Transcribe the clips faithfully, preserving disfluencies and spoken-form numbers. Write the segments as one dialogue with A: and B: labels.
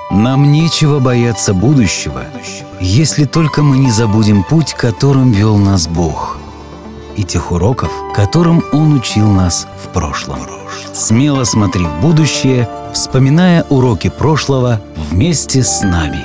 A: Нам нечего бояться будущего, если только мы не забудем путь, которым вел нас Бог, и тех уроков, которым Он учил нас в прошлом. Смело смотри в будущее, вспоминая уроки прошлого вместе с нами.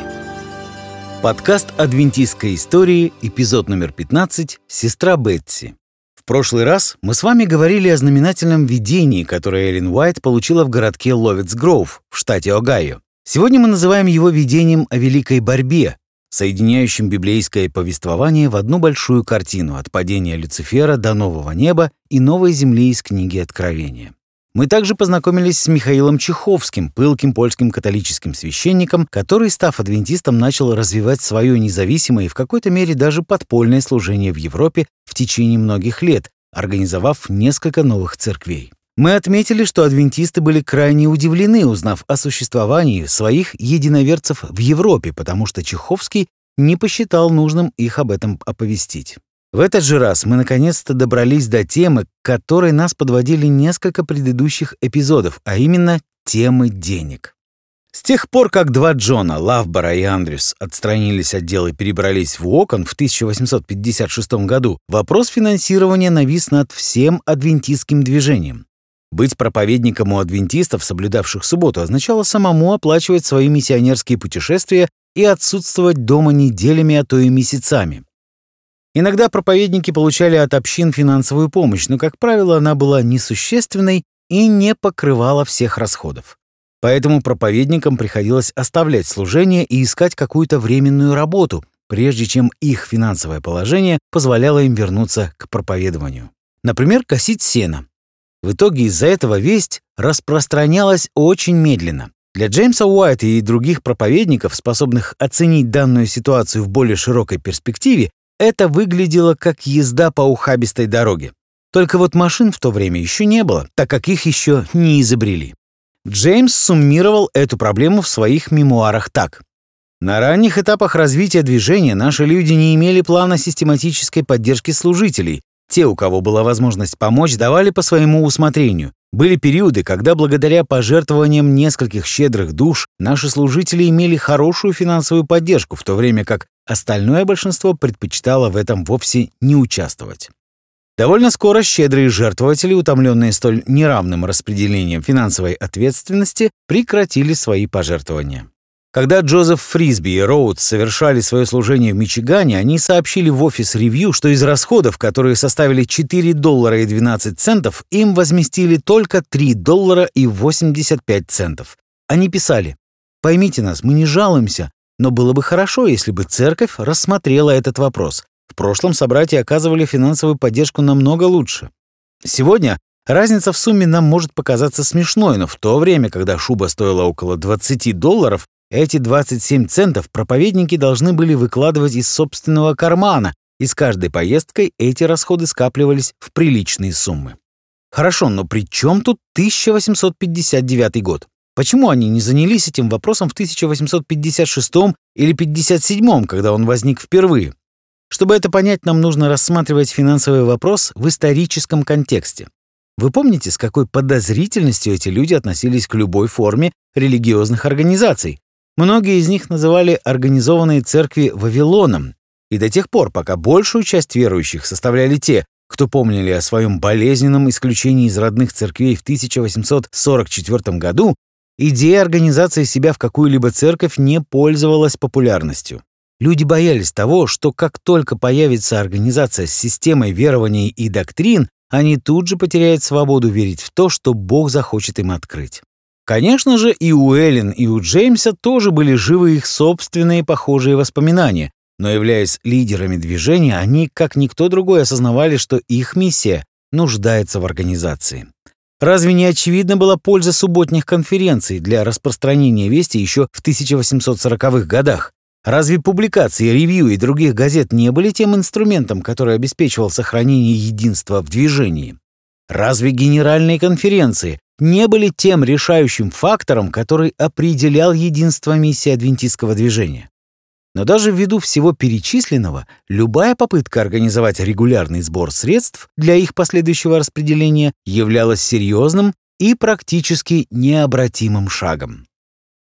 A: Подкаст «Адвентистской истории», эпизод номер пятнадцать «Сестра Бетси». В прошлый раз мы с вами говорили о знаменательном видении, которое Эллен Уайт получила в городке Ловитс-Гроув в штате Огайо. Сегодня мы называем его видением о великой борьбе, соединяющем библейское повествование в одну большую картину от падения Люцифера до нового неба и новой земли из книги Откровения. Мы также познакомились с Михаилом Чеховским, пылким польским католическим священником, который, став адвентистом, начал развивать свое независимое и в какой-то мере даже подпольное служение в Европе в течение многих лет, организовав несколько новых церквей. Мы отметили, что адвентисты были крайне удивлены, узнав о существовании своих единоверцев в Европе, потому что Чеховский не посчитал нужным их об этом оповестить. В этот же раз мы наконец-то добрались до темы, к которой нас подводили несколько предыдущих эпизодов, а именно темы денег. С тех пор, как два Джона, Лавбора и Андрюс, отстранились от дела и перебрались в Уокон в тысяча восемьсот пятьдесят шестом году, вопрос финансирования навис над всем адвентистским движением. Быть проповедником у адвентистов, соблюдавших субботу, означало самому оплачивать свои миссионерские путешествия и отсутствовать дома неделями, а то и месяцами. Иногда проповедники получали от общин финансовую помощь, но, как правило, она была несущественной и не покрывала всех расходов. Поэтому проповедникам приходилось оставлять служение и искать какую-то временную работу, прежде чем их финансовое положение позволяло им вернуться к проповедованию. Например, косить сено. В итоге из-за этого весть распространялась очень медленно. Для Джеймса Уайта и других проповедников, способных оценить данную ситуацию в более широкой перспективе, это выглядело как езда по ухабистой дороге. Только вот машин в то время еще не было, так как их еще не изобрели. Джеймс суммировал эту проблему в своих мемуарах так. На ранних этапах развития движения наши люди не имели плана систематической поддержки служителей. Те, у кого была возможность помочь, давали по своему усмотрению. Были периоды, когда благодаря пожертвованиям нескольких щедрых душ наши служители имели хорошую финансовую поддержку, в то время как остальное большинство предпочитало в этом вовсе не участвовать. Довольно скоро щедрые жертвователи, утомленные столь неравным распределением финансовой ответственности, прекратили свои пожертвования. Когда Джозеф Фрисби и Роудс совершали свое служение в Мичигане, они сообщили в офис «Ревью», что из расходов, которые составили четыре доллара и двенадцать центов, им возместили только три доллара и восемьдесят пять центов. Они писали: «Поймите нас, мы не жалуемся, но было бы хорошо, если бы церковь рассмотрела этот вопрос. В прошлом собратья оказывали финансовую поддержку намного лучше. Сегодня разница в сумме нам может показаться смешной, но в то время, когда шуба стоила около двадцать долларов, эти двадцать семь центов проповедники должны были выкладывать из собственного кармана, и с каждой поездкой эти расходы скапливались в приличные суммы». Хорошо, но при чем тут тысяча восемьсот пятьдесят девятый год? Почему они не занялись этим вопросом в тысяча восемьсот пятьдесят шестом или пятьдесят седьмом, когда он возник впервые? Чтобы это понять, нам нужно рассматривать финансовый вопрос в историческом контексте. Вы помните, с какой подозрительностью эти люди относились к любой форме религиозных организаций? Многие из них называли организованные церкви Вавилоном, и до тех пор, пока большую часть верующих составляли те, кто помнили о своем болезненном исключении из родных церквей в тысяча восемьсот сорок четвёртом году, идея организации себя в какую-либо церковь не пользовалась популярностью. Люди боялись того, что как только появится организация с системой верований и доктрин, они тут же потеряют свободу верить в то, что Бог захочет им открыть. Конечно же, и у Эллен, и у Джеймса тоже были живы их собственные похожие воспоминания, но, являясь лидерами движения, они, как никто другой, осознавали, что их миссия нуждается в организации. Разве не очевидна была польза субботних конференций для распространения вести еще в тысяча восемьсот сороковых годах? Разве публикации, ревью и других газет не были тем инструментом, который обеспечивал сохранение единства в движении? Разве генеральные конференции не были тем решающим фактором, который определял единство миссии адвентистского движения? Но даже ввиду всего перечисленного, любая попытка организовать регулярный сбор средств для их последующего распределения являлась серьезным и практически необратимым шагом.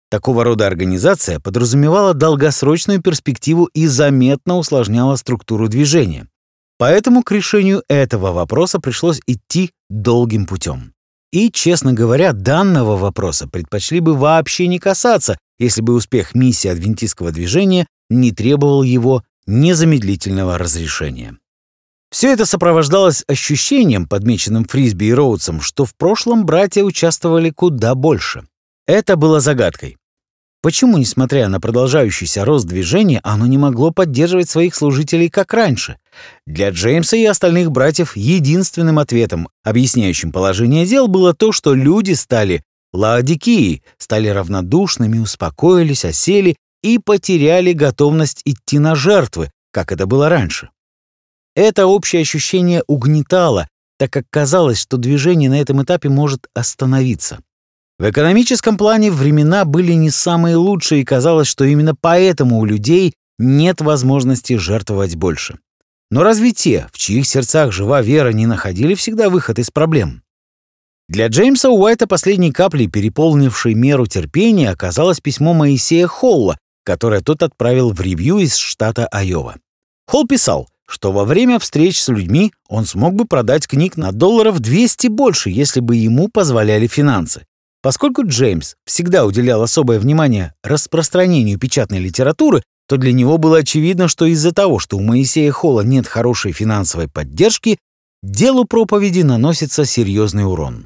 A: Такого рода организация подразумевала долгосрочную перспективу и заметно усложняла структуру движения. Поэтому к решению этого вопроса пришлось идти долгим путем. И, честно говоря, данного вопроса предпочли бы вообще не касаться, если бы успех миссии адвентистского движения не требовал его незамедлительного разрешения. Все это сопровождалось ощущением, подмеченным Фрисби и Роудсом, что в прошлом братья участвовали куда больше. Это было загадкой. Почему, несмотря на продолжающийся рост движения, оно не могло поддерживать своих служителей как раньше? Для Джеймса и остальных братьев единственным ответом, объясняющим положение дел, было то, что люди стали Лаодикией, стали равнодушными, успокоились, осели и потеряли готовность идти на жертвы, как это было раньше. Это общее ощущение угнетало, так как казалось, что движение на этом этапе может остановиться. В экономическом плане времена были не самые лучшие, и казалось, что именно поэтому у людей нет возможности жертвовать больше. Но разве те, в чьих сердцах жива вера, не находили всегда выход из проблем? Для Джеймса Уайта последней каплей, переполнившей меру терпения, оказалось письмо Моисея Холла, которое тот отправил в ревью из штата Айова. Холл писал, что во время встреч с людьми он смог бы продать книг на долларов двести больше, если бы ему позволяли финансы. Поскольку Джеймс всегда уделял особое внимание распространению печатной литературы, то для него было очевидно, что из-за того, что у Моисея Холла нет хорошей финансовой поддержки, делу проповеди наносится серьезный урон.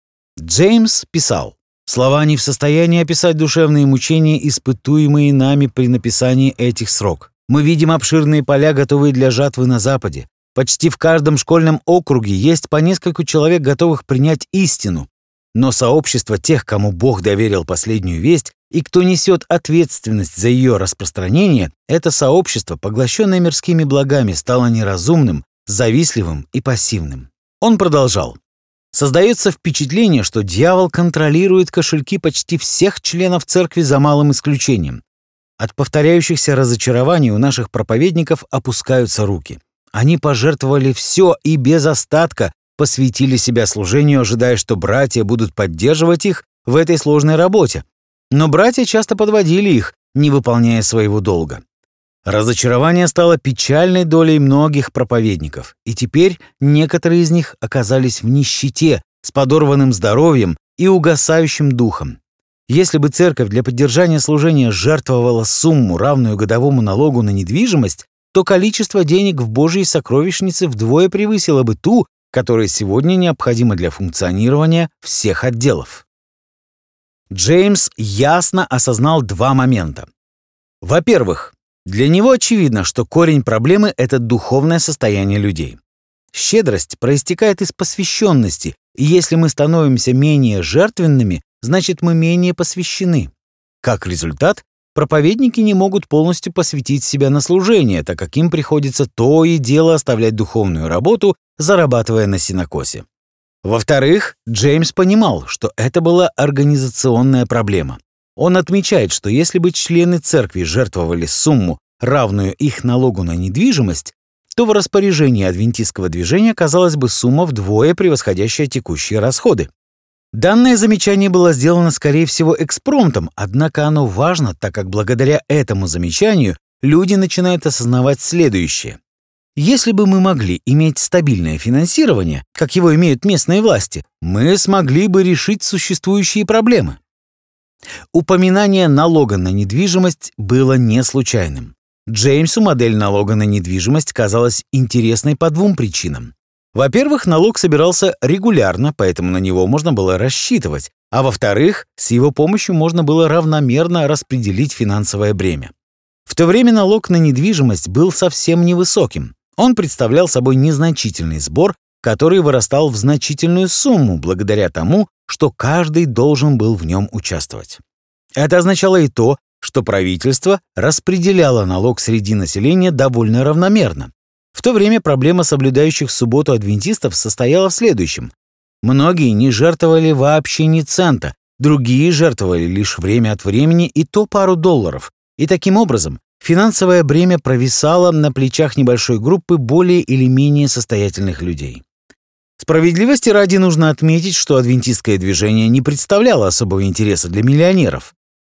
A: Джеймс писал: «Слова не в состоянии описать душевные мучения, испытуемые нами при написании этих строк. Мы видим обширные поля, готовые для жатвы на Западе. Почти в каждом школьном округе есть по нескольку человек, готовых принять истину. Но сообщество тех, кому Бог доверил последнюю весть, и кто несет ответственность за ее распространение, это сообщество, поглощенное мирскими благами, стало неразумным, завистливым и пассивным». Он продолжал: «Создается впечатление, что дьявол контролирует кошельки почти всех членов церкви за малым исключением. От повторяющихся разочарований у наших проповедников опускаются руки. Они пожертвовали все и без остатка посвятили себя служению, ожидая, что братья будут поддерживать их в этой сложной работе. Но братья часто подводили их, не выполняя своего долга. Разочарование стало печальной долей многих проповедников, и теперь некоторые из них оказались в нищете, с подорванным здоровьем и угасающим духом. Если бы церковь для поддержания служения жертвовала сумму, равную годовому налогу на недвижимость, то количество денег в Божьей сокровищнице вдвое превысило бы ту, которая сегодня необходима для функционирования всех отделов». Джеймс ясно осознал два момента. Во-первых, для него очевидно, что корень проблемы — это духовное состояние людей. Щедрость проистекает из посвященности, и если мы становимся менее жертвенными, значит, мы менее посвящены. Как результат, проповедники не могут полностью посвятить себя на служение, так как им приходится то и дело оставлять духовную работу, зарабатывая на сенокосе. Во-вторых, Джеймс понимал, что это была организационная проблема. Он отмечает, что если бы члены церкви жертвовали сумму, равную их налогу на недвижимость, то в распоряжении адвентистского движения оказалась бы сумма вдвое превосходящая текущие расходы. Данное замечание было сделано, скорее всего, экспромтом, однако оно важно, так как благодаря этому замечанию люди начинают осознавать следующее. Если бы мы могли иметь стабильное финансирование, как его имеют местные власти, мы смогли бы решить существующие проблемы. Упоминание налога на недвижимость было не случайным. Джеймсу модель налога на недвижимость казалась интересной по двум причинам. Во-первых, налог собирался регулярно, поэтому на него можно было рассчитывать, а во-вторых, с его помощью можно было равномерно распределить финансовое бремя. В то время налог на недвижимость был совсем невысоким. Он представлял собой незначительный сбор, который вырастал в значительную сумму благодаря тому, что каждый должен был в нем участвовать. Это означало и то, что правительство распределяло налог среди населения довольно равномерно. В то время проблема соблюдающих субботу адвентистов состояла в следующем. Многие не жертвовали вообще ни цента, другие жертвовали лишь время от времени и то пару долларов. И таким образом финансовое бремя провисало на плечах небольшой группы более или менее состоятельных людей. Справедливости ради нужно отметить, что адвентистское движение не представляло особого интереса для миллионеров.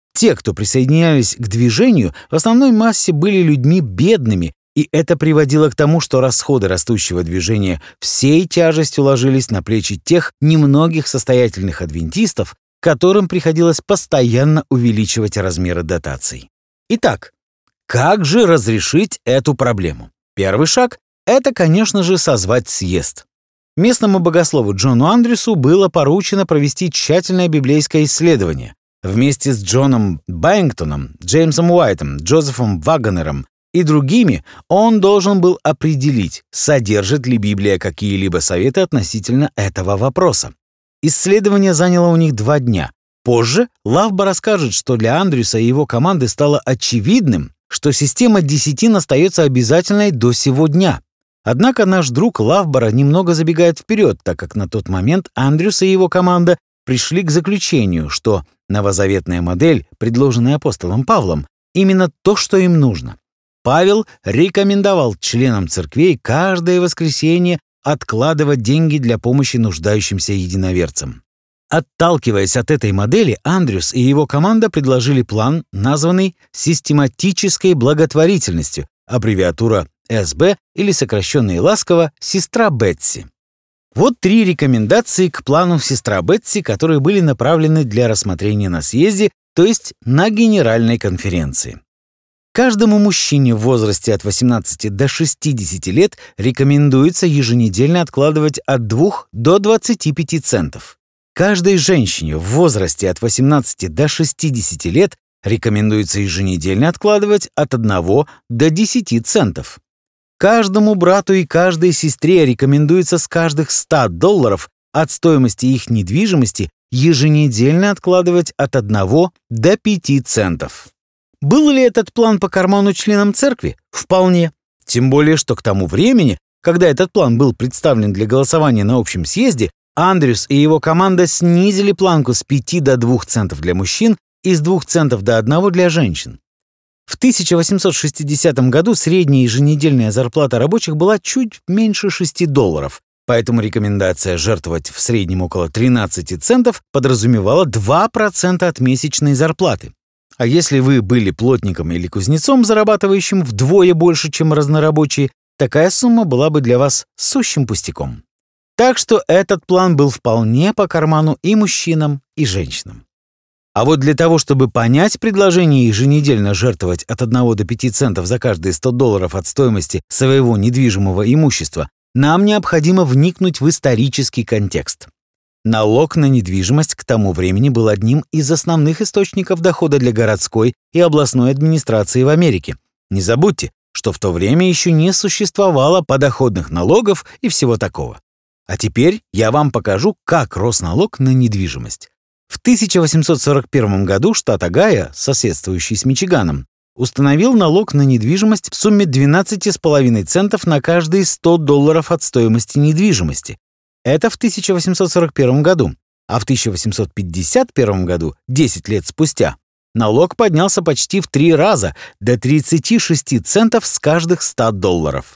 A: Те, кто присоединялись к движению, в основной массе были людьми бедными, и это приводило к тому, что расходы растущего движения всей тяжестью ложились на плечи тех немногих состоятельных адвентистов, которым приходилось постоянно увеличивать размеры дотаций. Итак, как же разрешить эту проблему? Первый шаг — это, конечно же, созвать съезд. Местному богослову Джону Андрюсу было поручено провести тщательное библейское исследование. Вместе с Джоном Байнгтоном, Джеймсом Уайтом, Джозефом Вагонером и другими он должен был определить, содержит ли Библия какие-либо советы относительно этого вопроса. Исследование заняло у них два дня. Позже Лавба расскажет, что для Андрюса и его команды стало очевидным, что система десятин остается обязательной до сего дня. Однако наш друг Лавбора немного забегает вперед, так как на тот момент Андрюс и его команда пришли к заключению, что новозаветная модель, предложенная апостолом Павлом, именно то, что им нужно. Павел рекомендовал членам церквей каждое воскресенье откладывать деньги для помощи нуждающимся единоверцам. Отталкиваясь от этой модели, Андрюс и его команда предложили план, названный систематической благотворительностью, аббревиатура эс бэ или сокращенно и ласково «Сестра Бетси». Вот три рекомендации к плану «Сестра Бетси», которые были направлены для рассмотрения на съезде, то есть на Генеральной конференции. Каждому мужчине в возрасте от восемнадцати до шестидесяти лет рекомендуется еженедельно откладывать от двух до двадцати пяти центов. Каждой женщине в возрасте от восемнадцати до шестидесяти лет рекомендуется еженедельно откладывать от одного до десяти центов. Каждому брату и каждой сестре рекомендуется с каждых ста долларов от стоимости их недвижимости еженедельно откладывать от одного до пяти центов. Был ли этот план по карману членам церкви? Вполне. Тем более, что к тому времени, когда этот план был представлен для голосования на общем съезде, Андрюс и его команда снизили планку с пяти до двух центов для мужчин и с двух центов до одного для женщин. В тысяча восемьсот шестидесятом году средняя еженедельная зарплата рабочих была чуть меньше шести долларов, поэтому рекомендация жертвовать в среднем около тринадцати центов подразумевала два процента от месячной зарплаты. А если вы были плотником или кузнецом, зарабатывающим вдвое больше, чем разнорабочие, такая сумма была бы для вас сущим пустяком. Так что этот план был вполне по карману и мужчинам, и женщинам. А вот для того, чтобы понять предложение еженедельно жертвовать от одного до пяти центов за каждые сто долларов от стоимости своего недвижимого имущества, нам необходимо вникнуть в исторический контекст. Налог на недвижимость к тому времени был одним из основных источников дохода для городской и областной администрации в Америке. Не забудьте, что в то время еще не существовало подоходных налогов и всего такого. А теперь я вам покажу, как рос налог на недвижимость. В тысяча восемьсот сорок первом году штат Огайо, соседствующий с Мичиганом, установил налог на недвижимость в сумме двенадцать целых пять десятых центов на каждые сто долларов от стоимости недвижимости. Это в тысяча восемьсот сорок первом году, а в тысяча восемьсот пятьдесят первом году, десять лет спустя, налог поднялся почти в три раза до тридцати шести центов с каждых ста долларов.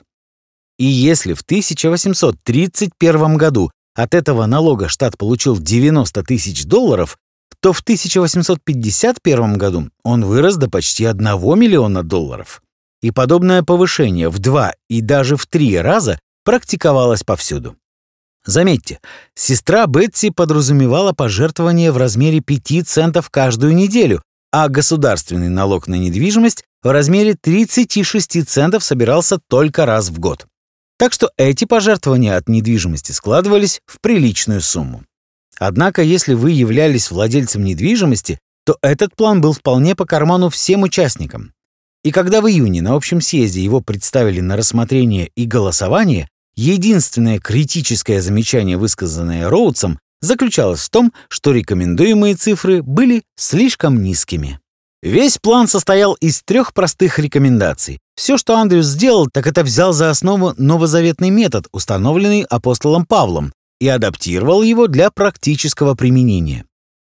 A: И если в тысяча восемьсот тридцать первом году от этого налога штат получил девяносто тысяч долларов, то в тысяча восемьсот пятьдесят первом году он вырос до почти одного миллиона долларов. И подобное повышение в два и даже в три раза практиковалось повсюду. Заметьте, сестра Бетси подразумевала пожертвование в размере пяти центов каждую неделю, а государственный налог на недвижимость в размере тридцати шести центов собирался только раз в год. Так что эти пожертвования от недвижимости складывались в приличную сумму. Однако, если вы являлись владельцем недвижимости, то этот план был вполне по карману всем участникам. И когда в июне на общем съезде его представили на рассмотрение и голосование, единственное критическое замечание, высказанное Роудсом, заключалось в том, что рекомендуемые цифры были слишком низкими. Весь план состоял из трех простых рекомендаций. Все, что Андрюс сделал, так это взял за основу новозаветный метод, установленный апостолом Павлом, и адаптировал его для практического применения.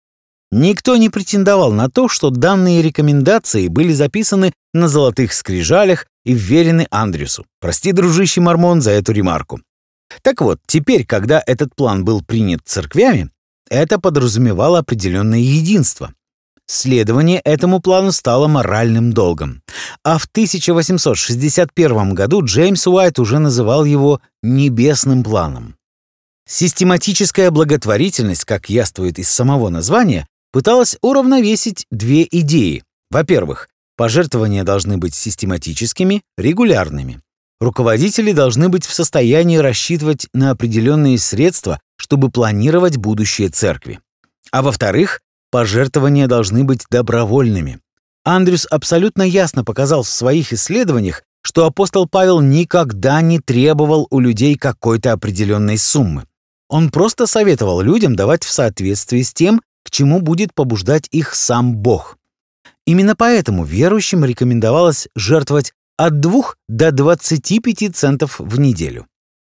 A: Никто не претендовал на то, что данные рекомендации были записаны на золотых скрижалях и вверены Андрюсу. Прости, дружище мормон, за эту ремарку. Так вот, теперь, когда этот план был принят церквями, это подразумевало определенное единство. Следование этому плану стало моральным долгом. А в тысяча восемьсот шестьдесят первом году Джеймс Уайт уже называл его «небесным планом». Систематическая благотворительность, как яствует из самого названия, пыталась уравновесить две идеи. Во-первых, пожертвования должны быть систематическими, регулярными. Руководители должны быть в состоянии рассчитывать на определенные средства, чтобы планировать будущее церкви. А во-вторых, пожертвования должны быть добровольными. Андрюс абсолютно ясно показал в своих исследованиях, что апостол Павел никогда не требовал у людей какой-то определенной суммы. Он просто советовал людям давать в соответствии с тем, к чему будет побуждать их сам Бог. Именно поэтому верующим рекомендовалось жертвовать от двух до двадцати пяти центов в неделю.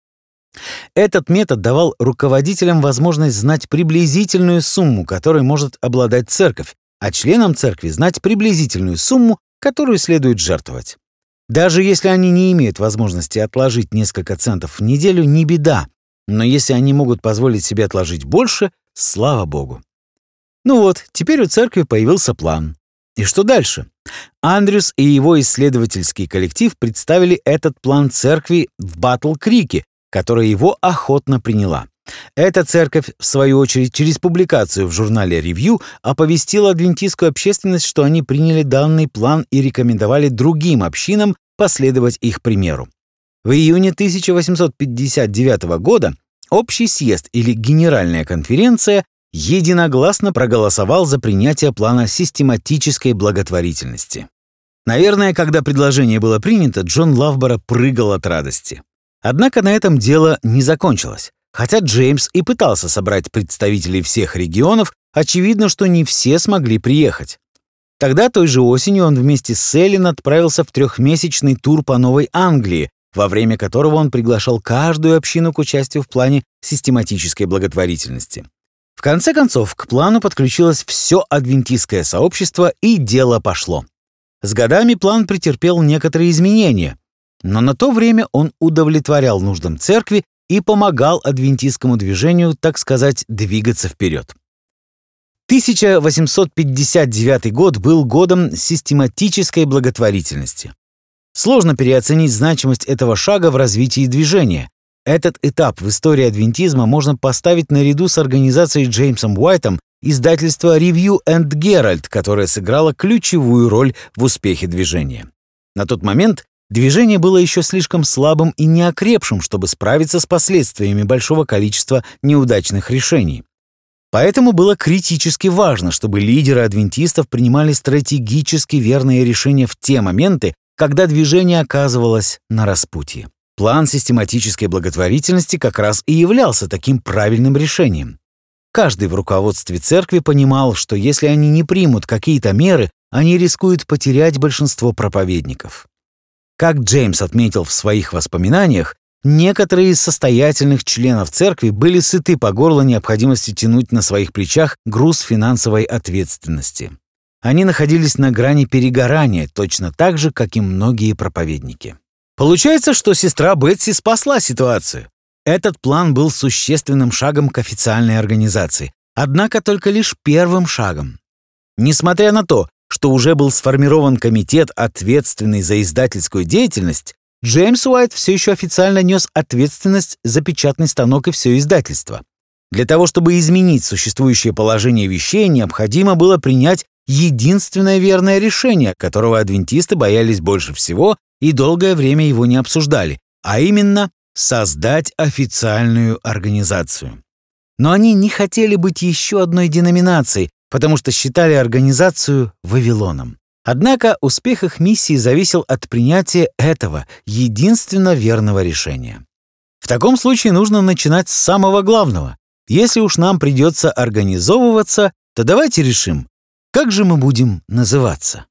A: Этот метод давал руководителям возможность знать приблизительную сумму, которой может обладать церковь, а членам церкви знать приблизительную сумму, которую следует жертвовать. Даже если они не имеют возможности отложить несколько центов в неделю, не беда, но если они могут позволить себе отложить больше, слава Богу. Ну вот, теперь у церкви появился план. И что дальше? Андрюс и его исследовательский коллектив представили этот план церкви в Батл-Крике, которая его охотно приняла. Эта церковь, в свою очередь, через публикацию в журнале «Ревью» оповестила адвентистскую общественность, что они приняли данный план и рекомендовали другим общинам последовать их примеру. В июне тысяча восемьсот пятьдесят девятого года Общий съезд или Генеральная конференция единогласно проголосовал за принятие плана систематической благотворительности. Наверное, когда предложение было принято, Джон Лавборо прыгал от радости. Однако на этом дело не закончилось. Хотя Джеймс и пытался собрать представителей всех регионов, очевидно, что не все смогли приехать. Тогда той же осенью он вместе с Эллен отправился в трехмесячный тур по Новой Англии, во время которого он приглашал каждую общину к участию в плане систематической благотворительности. В конце концов, к плану подключилось все адвентистское сообщество, и дело пошло. С годами план претерпел некоторые изменения, но на то время он удовлетворял нуждам церкви и помогал адвентистскому движению, так сказать, двигаться вперед. тысяча восемьсот пятьдесят девятый год был годом систематической благотворительности. Сложно переоценить значимость этого шага в развитии движения. Этот этап в истории адвентизма можно поставить наряду с организацией Джеймсом Уайтом издательства Review and Herald, которое сыграло ключевую роль в успехе движения. На тот момент движение было еще слишком слабым и неокрепшим, чтобы справиться с последствиями большого количества неудачных решений. Поэтому было критически важно, чтобы лидеры адвентистов принимали стратегически верные решения в те моменты, когда движение оказывалось на распутье. План систематической благотворительности как раз и являлся таким правильным решением. Каждый в руководстве церкви понимал, что если они не примут какие-то меры, они рискуют потерять большинство проповедников. Как Джеймс отметил в своих воспоминаниях, некоторые из состоятельных членов церкви были сыты по горло необходимостью тянуть на своих плечах груз финансовой ответственности. Они находились на грани перегорания, точно так же, как и многие проповедники. Получается, что сестра Бетси спасла ситуацию. Этот план был существенным шагом к официальной организации, однако только лишь первым шагом. Несмотря на то, что уже был сформирован комитет, ответственный за издательскую деятельность, Джеймс Уайт все еще официально нес ответственность за печатный станок и все издательство. Для того, чтобы изменить существующее положение вещей, необходимо было принять единственное верное решение, которого адвентисты боялись больше всего и долгое время его не обсуждали, а именно создать официальную организацию. Но они не хотели быть еще одной деноминацией, потому что считали организацию Вавилоном. Однако успех их миссии зависел от принятия этого единственно верного решения. В таком случае нужно начинать с самого главного. Если уж нам придется организовываться, то давайте решим, как же мы будем называться.